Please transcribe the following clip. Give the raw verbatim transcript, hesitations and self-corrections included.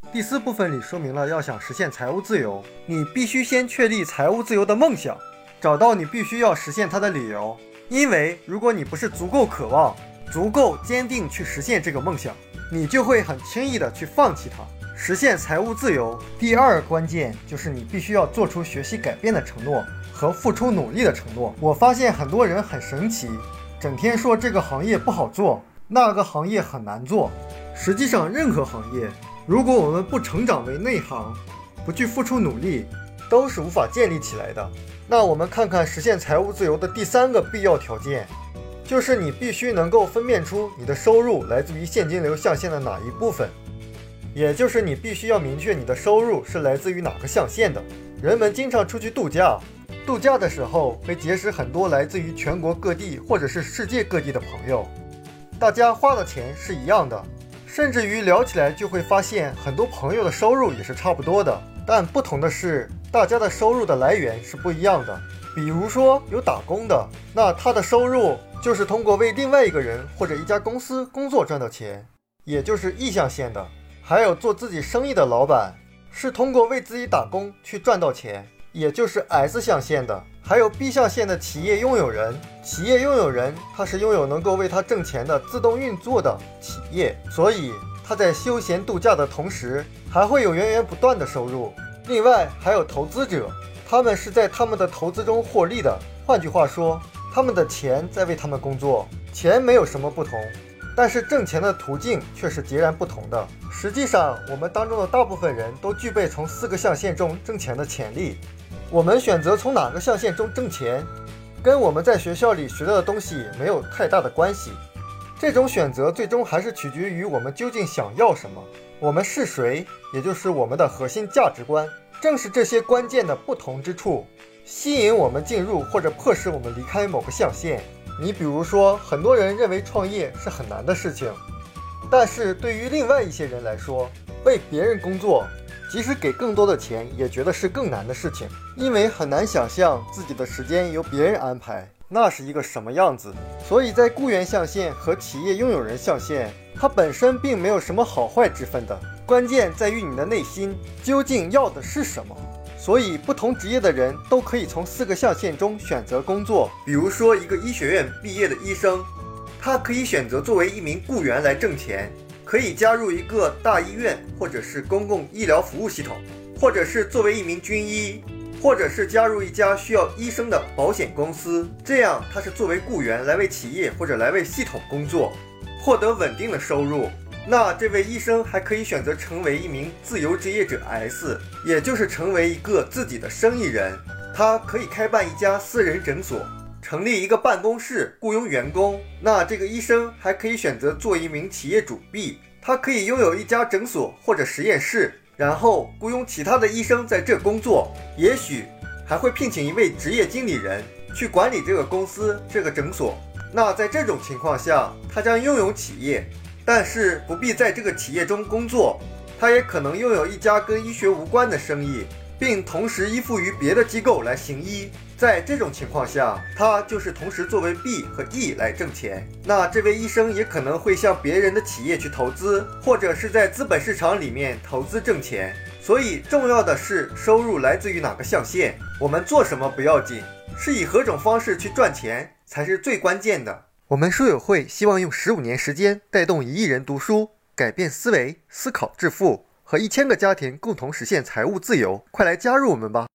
第四部分里说明了，要想实现财务自由，你必须先确立财务自由的梦想，找到你必须要实现它的理由。因为如果你不是足够渴望、足够坚定去实现这个梦想，你就会很轻易的去放弃它。实现财务自由，第二个关键就是你必须要做出学习改变的承诺和付出努力的承诺。我发现很多人很神奇，整天说这个行业不好做，那个行业很难做。实际上，任何行业，如果我们不成长为内行，不去付出努力，都是无法建立起来的。那我们看看实现财务自由的第三个必要条件，就是你必须能够分辨出你的收入来自于现金流象限的哪一部分，也就是你必须要明确你的收入是来自于哪个象限的。人们经常出去度假，度假的时候会结识很多来自于全国各地或者是世界各地的朋友，大家花的钱是一样的，甚至于聊起来就会发现很多朋友的收入也是差不多的，但不同的是，大家的收入的来源是不一样的。比如说有打工的，那他的收入就是通过为另外一个人或者一家公司工作赚到钱，也就是E象限的。还有做自己生意的老板，是通过为自己打工去赚到钱，也就是 S 象限的。还有 B 象限的企业拥有人，企业拥有人他是拥有能够为他挣钱的自动运作的企业，所以他在休闲度假的同时还会有源源不断的收入。另外还有投资者，他们是在他们的投资中获利的，换句话说，他们的钱在为他们工作，钱没有什么不同，但是挣钱的途径却是截然不同的。实际上，我们当中的大部分人都具备从四个象限中挣钱的潜力。我们选择从哪个象限中挣钱，跟我们在学校里学到的东西没有太大的关系。这种选择最终还是取决于我们究竟想要什么，我们是谁，也就是我们的核心价值观。正是这些关键的不同之处，吸引我们进入或者迫使我们离开某个象限。你比如说，很多人认为创业是很难的事情，但是对于另外一些人来说，为别人工作，即使给更多的钱，也觉得是更难的事情，因为很难想象自己的时间由别人安排，那是一个什么样子。所以在雇员象限和企业拥有人象限，它本身并没有什么好坏之分的，关键在于你的内心究竟要的是什么。所以不同职业的人都可以从四个象限中选择工作。比如说一个医学院毕业的医生，他可以选择作为一名雇员来挣钱，可以加入一个大医院或者是公共医疗服务系统，或者是作为一名军医，或者是加入一家需要医生的保险公司，这样他是作为雇员来为企业或者来为系统工作，获得稳定的收入。那这位医生还可以选择成为一名自由职业者 S， 也就是成为一个自己的生意人。他可以开办一家私人诊所，成立一个办公室，雇佣员工。那这个医生还可以选择做一名企业主 B， 他可以拥有一家诊所或者实验室，然后雇佣其他的医生在这工作，也许还会聘请一位职业经理人去管理这个公司、这个诊所。那在这种情况下，他将拥有企业，但是不必在这个企业中工作，他也可能拥有一家跟医学无关的生意，并同时依附于别的机构来行医。在这种情况下，他就是同时作为 B 和 E 来挣钱。那这位医生也可能会向别人的企业去投资，或者是在资本市场里面投资挣钱。所以重要的是收入来自于哪个象限，我们做什么不要紧，是以何种方式去赚钱才是最关键的。我们书友会希望用十五年时间带动一亿人读书，改变思维，思考致富，和一千个家庭共同实现财务自由。快来加入我们吧！